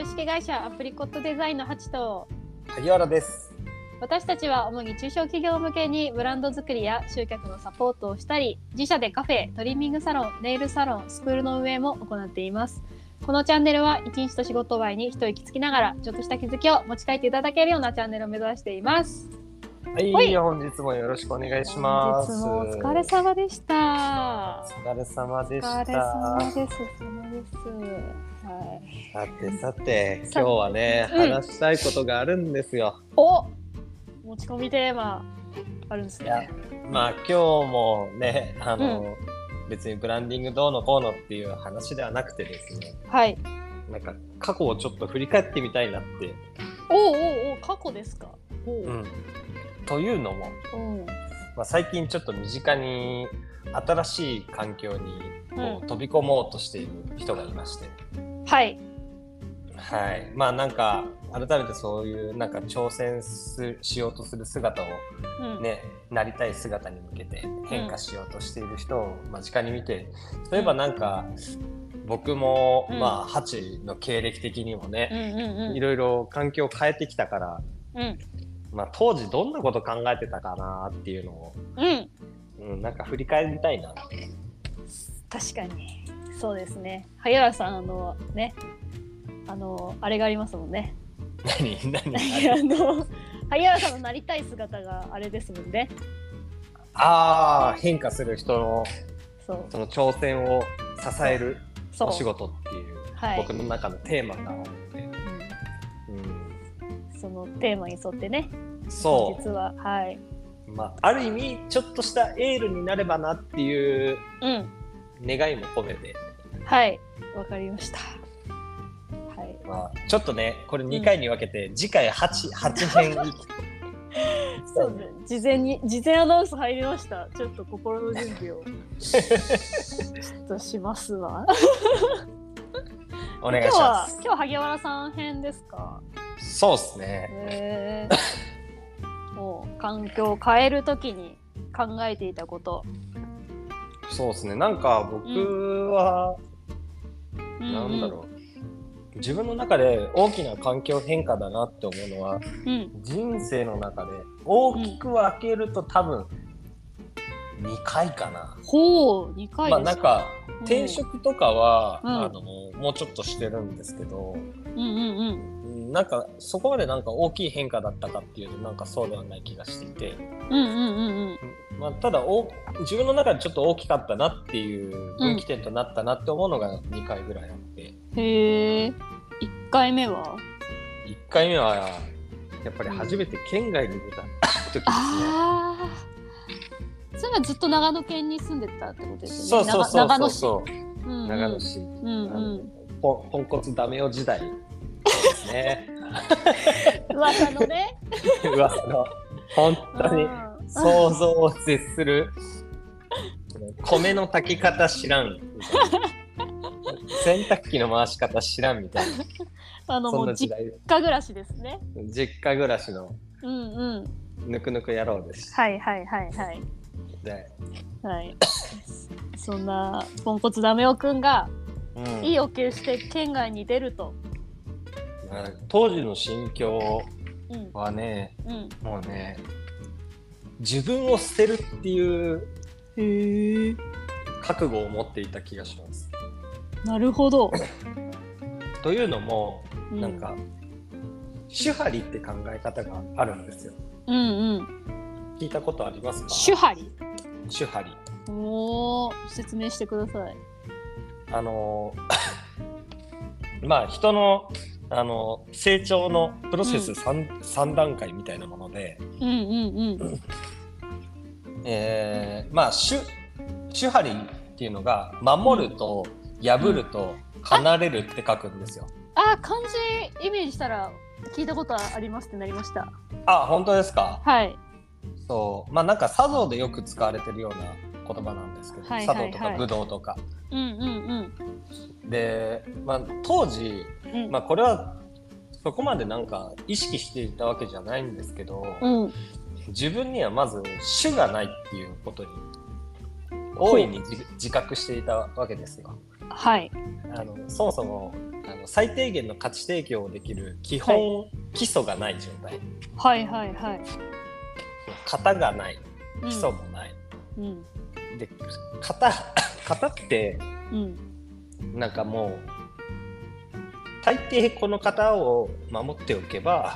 株式会社アプリコットデザインのハチと萩原です。 私たちは主に中小企業向けにブランド作りや集客のサポートをしたり、自社でカフェ、トリミングサロン、ネイルサロン、スクールの運営も行っています。このチャンネルは一日と仕事終わりに一息つきながらちょっとした気づきを持ち帰っていただけるようなチャンネルを目指しています。 はい、本日もよろしくお願いします。 本日もお疲れ様でした。 お疲れ様でした。 お疲れ様です。 はい、さて今日はね、話したいことがあるんですよ。 お、持ち込みテーマあるんですね。 いや、まあ今日もね、別にブランディングどうのこうのっていう話ではなくてですね、 はい。 なんか過去をちょっと振り返ってみたいなって。 お過去ですか。 というのも、最近ちょっと身近に新しい環境に飛び込もうとしている人がいまして、はい、まあなんか改めてそういうなんか挑戦しようとする姿をね、なりたい姿に向けて変化しようとしている人を間近に見て、例えばなんか僕もまあハチの経歴的にもね、いろいろ環境を変えてきたから、まあ当時どんなこと考えてたかなっていうのを、なんか振り返りたいなって。 確かにそうですね。萩原さんね、あれがありますもんね。 何萩原さんのなりたい姿があれですもんね。 変化する人のその挑戦を支えるお仕事っていう、僕の中のテーマがあるので、 そのテーマに沿ってね、 そう実はある意味ちょっとしたエールになればなっていう願いも込めて、 わかりました。 ちょっとねこれ2回に分けて、次回 8編そうね、事前アナウンス入りました。ちょっと心の準備をちょっとしますわ。 お願いします。 今日萩原さん編ですか。 そうですね。 もう環境を変えるときに考えていたこと。 そうですね。なんか僕は、なんだろう。自分の中で大きな環境変化だなって思うのは、人生の中で大きく分けると多分2回かな。 2回ですか。 なんか転職とかは、もうちょっとしてるんですけど、なんかそこまでなんか大きい変化だったかっていうとなんかそうではない気がしていて、ただ自分の中でちょっと大きかったなっていう分岐点となったなって思うのが2回ぐらいあって、 1回目はやっぱり初めて県外に出た時ですね。 それはずっと長野県に住んでたってことですよね。そう長野市、ポンコツダメ男時代ですね。 噂のね噂の本当に想像を絶する米の炊き方知らんみたいな、洗濯機の回し方知らんみたいな、 もう実家暮らしですね。 実家暮らしのぬくぬく野郎です。 そんなポンコツダメ男くんが意を決して県外に出ると、 当時の心境はね、もうね、自分を捨てるっていう覚悟を持っていた気がします。 なるほど。 というのも、なんか手張りって考え方があるんですよ。聞いたことありますか？ 手張り。説明してください。 人の成長のプロセス 3段階みたいなもので、手張りっていうのが守ると破ると離れるって書くんですよ。 漢字イメージしたら聞いたことありますってなりました。 本当ですか？そう、なんか茶道でよく使われてるような言葉なんですけど、茶道とか武道とか、で、当時、これはそこまでなんか意識していたわけじゃないんですけど、自分にはまず主がないっていうことに大いに自覚していたわけですよ。そもそも最低限の価値提供できる基本、基礎がない状態。 はいはいはい。 型がない、基礎もない。で、型って、なんかもう大抵この型を守っておけば、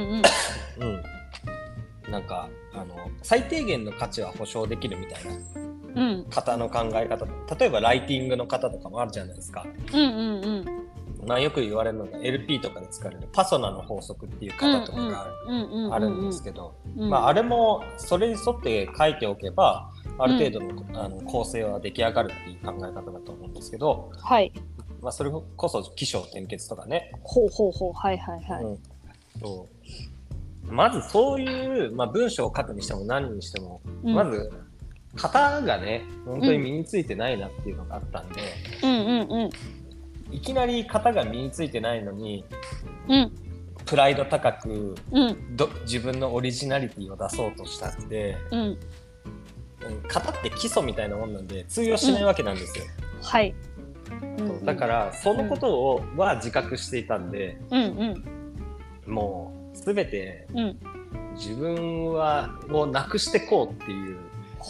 なんか最低限の価値は保証できるみたいな型の考え方、例えばライティングの型とかもあるじゃないですか。まあ、よく言われるのが LP とかで使われるパソナの法則っていう型とかがあるんですけど、まあ、あれもそれに沿って書いておけばある程度の、構成は出来上がるっていう考え方だと思うんですけど、 はい、 まあ、それこそ起承転結とかね。 はいはいはい。 そうまずそういう、まあ、文章を書くにしても何にしても、まず型がね本当に身についてないなっていうのがあったんで、いきなり型が身についてないのに、プライド高く、自分のオリジナリティを出そうとしたって、型って基礎みたいなもんなんで通用しないわけなんですよ。 はい。 だからそのことは自覚していたんで、もうすべて自分をなくしてこうっていう。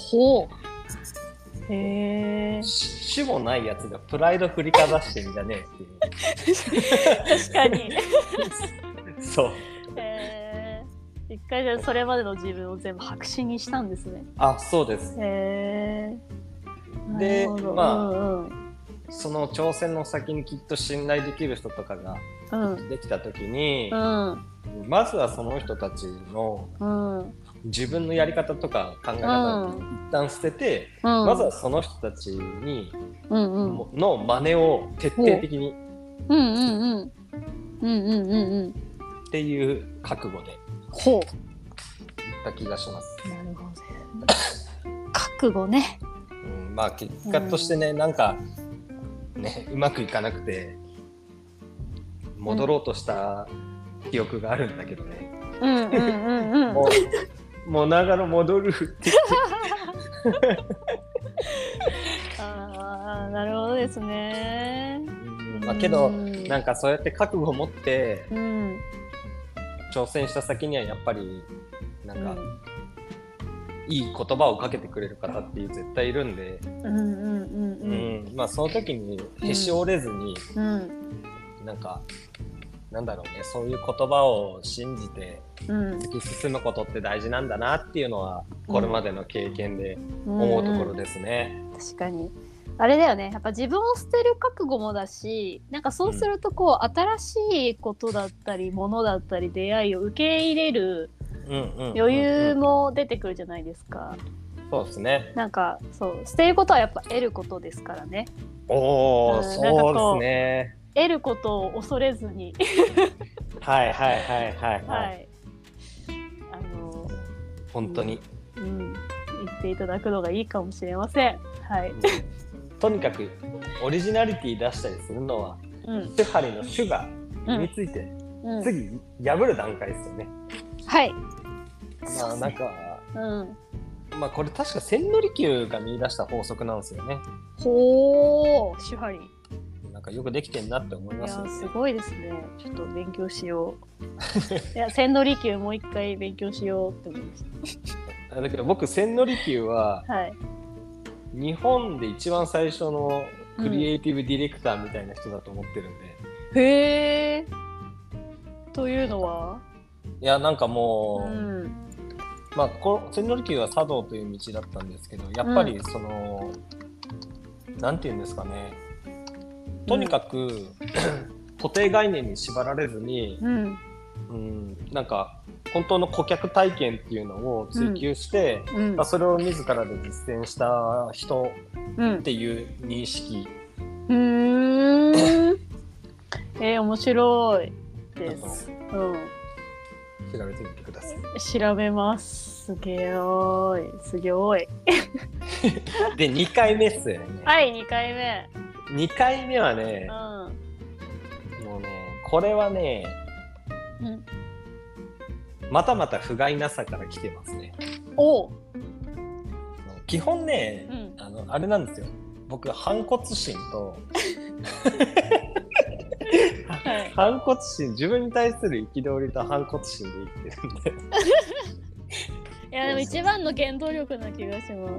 種もないやつがプライド振りかざしてんじゃねえっていう確かにそう一回じゃそれまでの自分を全部白紙にしたんですね。 そうです。でまあ、その挑戦の先にきっと信頼できる人とかができた時に、まずはその人たちの、自分のやり方とか考え方を一旦捨てて、まずはその人たちに、の真似を徹底的にっていう覚悟で言った気がします。 なるほど覚悟ね。 まあ結果としてね、なんかねうまくいかなくて戻ろうとした記憶があるんだけどね。もうながら戻るって言ってなるほどですね。 まあ、けどなんかそうやって覚悟を持って、挑戦した先にはやっぱりなんか、いい言葉をかけてくれる方っていう絶対いるんで、まあその時にへし折れずに、なんかなんだろうね、そういう言葉を信じて突き進むことって大事なんだなっていうのは、これまでの経験で思うところですね。 確かにあれだよね、やっぱ自分を捨てる覚悟もだし、なんかそうするとこう、新しいことだったりものだったり出会いを受け入れる余裕も出てくるじゃないですか。 そうですね。 なんかそう捨てることはやっぱ得ることですからね。 そうですね。 得ることを恐れずにはい本当に、言っていただくのがいいかもしれません。 とにかくオリジナリティ出したりするのは、手張りの種が身について、次破る段階ですよね。まあなんか、まあこれ確か千利休が見出した法則なんですよね。 手張りなんかよくできてんなって思いますよね。 いやすごいですね。ちょっと勉強しよう。いや千利休もう一回勉強しようって思いました。 だけど僕千利休は、日本で一番最初のクリエイティブディレクターみたいな人だと思ってるんで。 へえ。というのは？ いやなんかもう、まあ千利休は茶道という道だったんですけど、やっぱりその、なんていうんですかね。とにかく、固定概念に縛られずに、なんか本当の顧客体験っていうのを追求して、それを自らで実践した人っていう認識。 面白いです。 調べてみてください。 調べます。すげーい。すごい。 で2回目っすよね。 2回目。 2回目はね、もうねこれはね、またまた不甲斐なさから来てますね。基本ね、あれなんですよ。僕反骨心と反骨心、自分に対する憤りと反骨心で生きてるんでいやでも一番の原動力な気がします。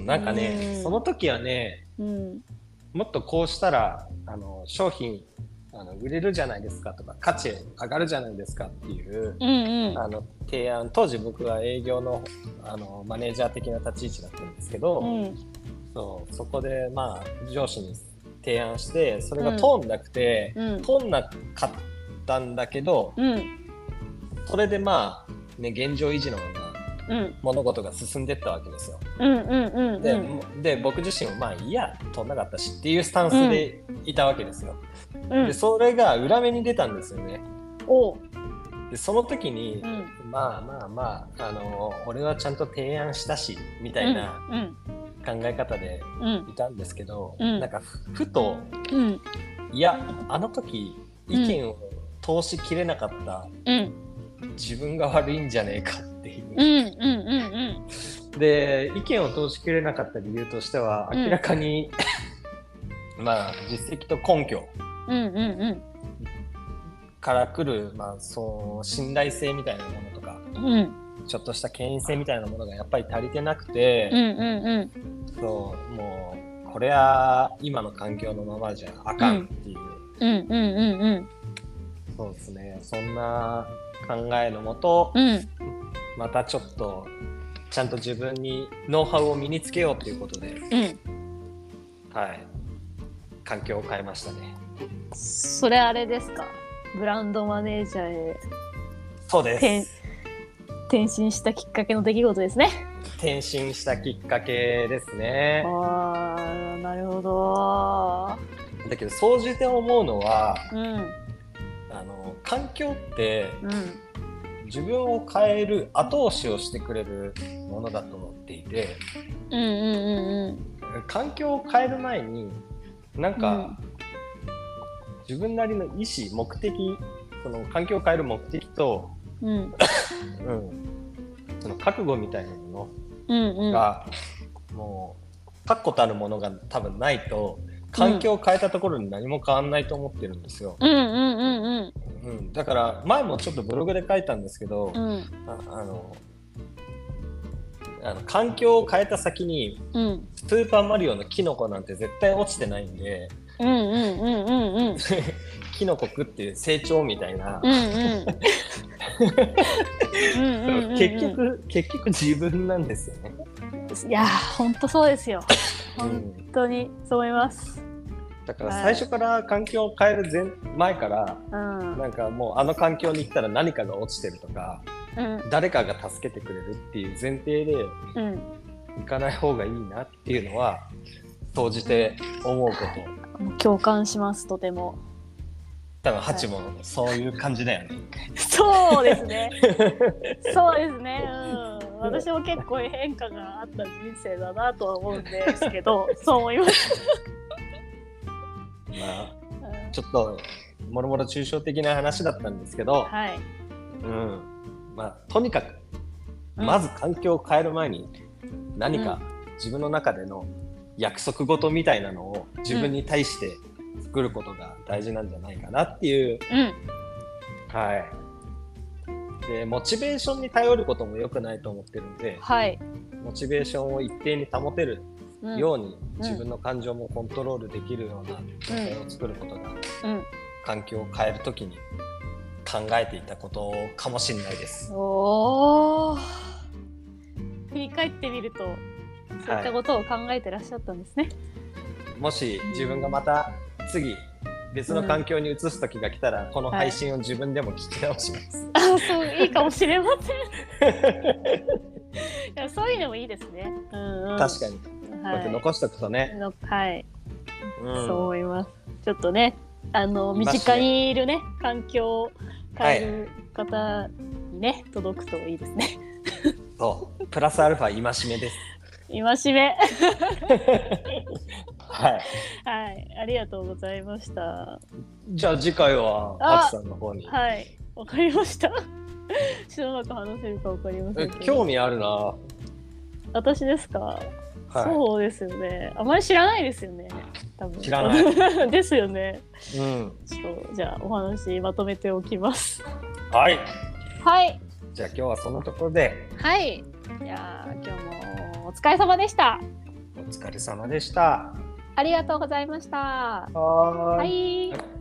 なんかね、その時はね、もっとこうしたら商品売れるじゃないですかとか価値上がるじゃないですかっていう、提案、当時僕は営業のマネージャー的な立ち位置だったんですけど、そこでまあ上司に提案してそれが通んなくて、通んなかったんだけど、それでまあね現状維持のまま物事が進んでったわけですよ。で僕自身もまあいいや通んなかったしっていうスタンスでいたわけですよ。でそれが裏目に出たんですよね。でその時に、まあ俺はちゃんと提案したしみたいな考え方でいたんですけど、なんかふと、いやあの時意見を通しきれなかった、自分が悪いんじゃねえかっていう、で意見を通しきれなかった理由としては明らかに、まあ実績と根拠から来る、まあ、そう信頼性みたいなものとか、ちょっとした権威性みたいなものがやっぱり足りてなくて、そうもうこれは今の環境のままじゃあかんっていう、そうですね、そんな考えのもと、またちょっとちゃんと自分にノウハウを身につけようということで、はい、環境を変えましたね。 それあれですか、ブランドマネージャーへそうです転身したきっかけの出来事ですね。 転身したきっかけですね。 なるほど。 だけど総じて思うのは、環境って、自分を変える後押しをしてくれるものだと思っていて、環境を変える前になんか、自分なりの意思目的、その環境を変える目的と、その覚悟みたいなものが、もう確固たるものが多分ないと環境を変えたところに何も変わんないと思ってるんですよ。だから前もちょっとブログで書いたんですけど、環境を変えた先に、スーパーマリオのキノコなんて絶対落ちてないんで、キノコ食って成長みたいな、結局自分なんですよね。 いや本当そうですよ。本当にそう思います。 だから最初から環境を変える前から、なんかもう環境に行ったら何かが落ちてるとか、誰かが助けてくれるっていう前提で行かない方がいいなっていうのは総じて思うこと。 共感します、とても。 多分ハチもそういう感じだよね。 そうですね。そうですね。私も結構変化があった人生だなとは思うんですけど、そう思います。 ちょっともろもろ抽象的な話だったんですけど、とにかくまず環境を変える前に何か自分の中での約束事みたいなのを自分に対して作ることが大事なんじゃないかなっていう、でモチベーションに頼ることも良くないと思ってるんで、モチベーションを一定に保てるように、自分の感情もコントロールできるような状態を作ることが、環境を変えるときに考えていたことかもしれないです。 振り返ってみるとそういったことを考えてらっしゃったんですね。 もし自分がまた次別の環境に移す時が来たら、この配信を自分でも聞き直します。 そういいかもしれません。いやそういうのもいいですね。 確かに、こうやって残しておくとね。 そう思います。ちょっとね、身近にいるね環境を変える方にね、届くといいですね。 そうプラスアルファ戒めです。 戒め。 はい、 ありがとうございました。 じゃあ次回はハチさんの方に。 わかりました。しばらく話せるかわかりませんけど。 興味あるな。 私ですか。そうですよね。あまり知らないですよね。 多分知らないですよね。 うん。 そうじゃあお話まとめておきます。 はい。 はい。 じゃあ今日はそのところで。 はい。いや今日もお疲れ様でした。 お疲れ様でした。 ありがとうございました。 はい。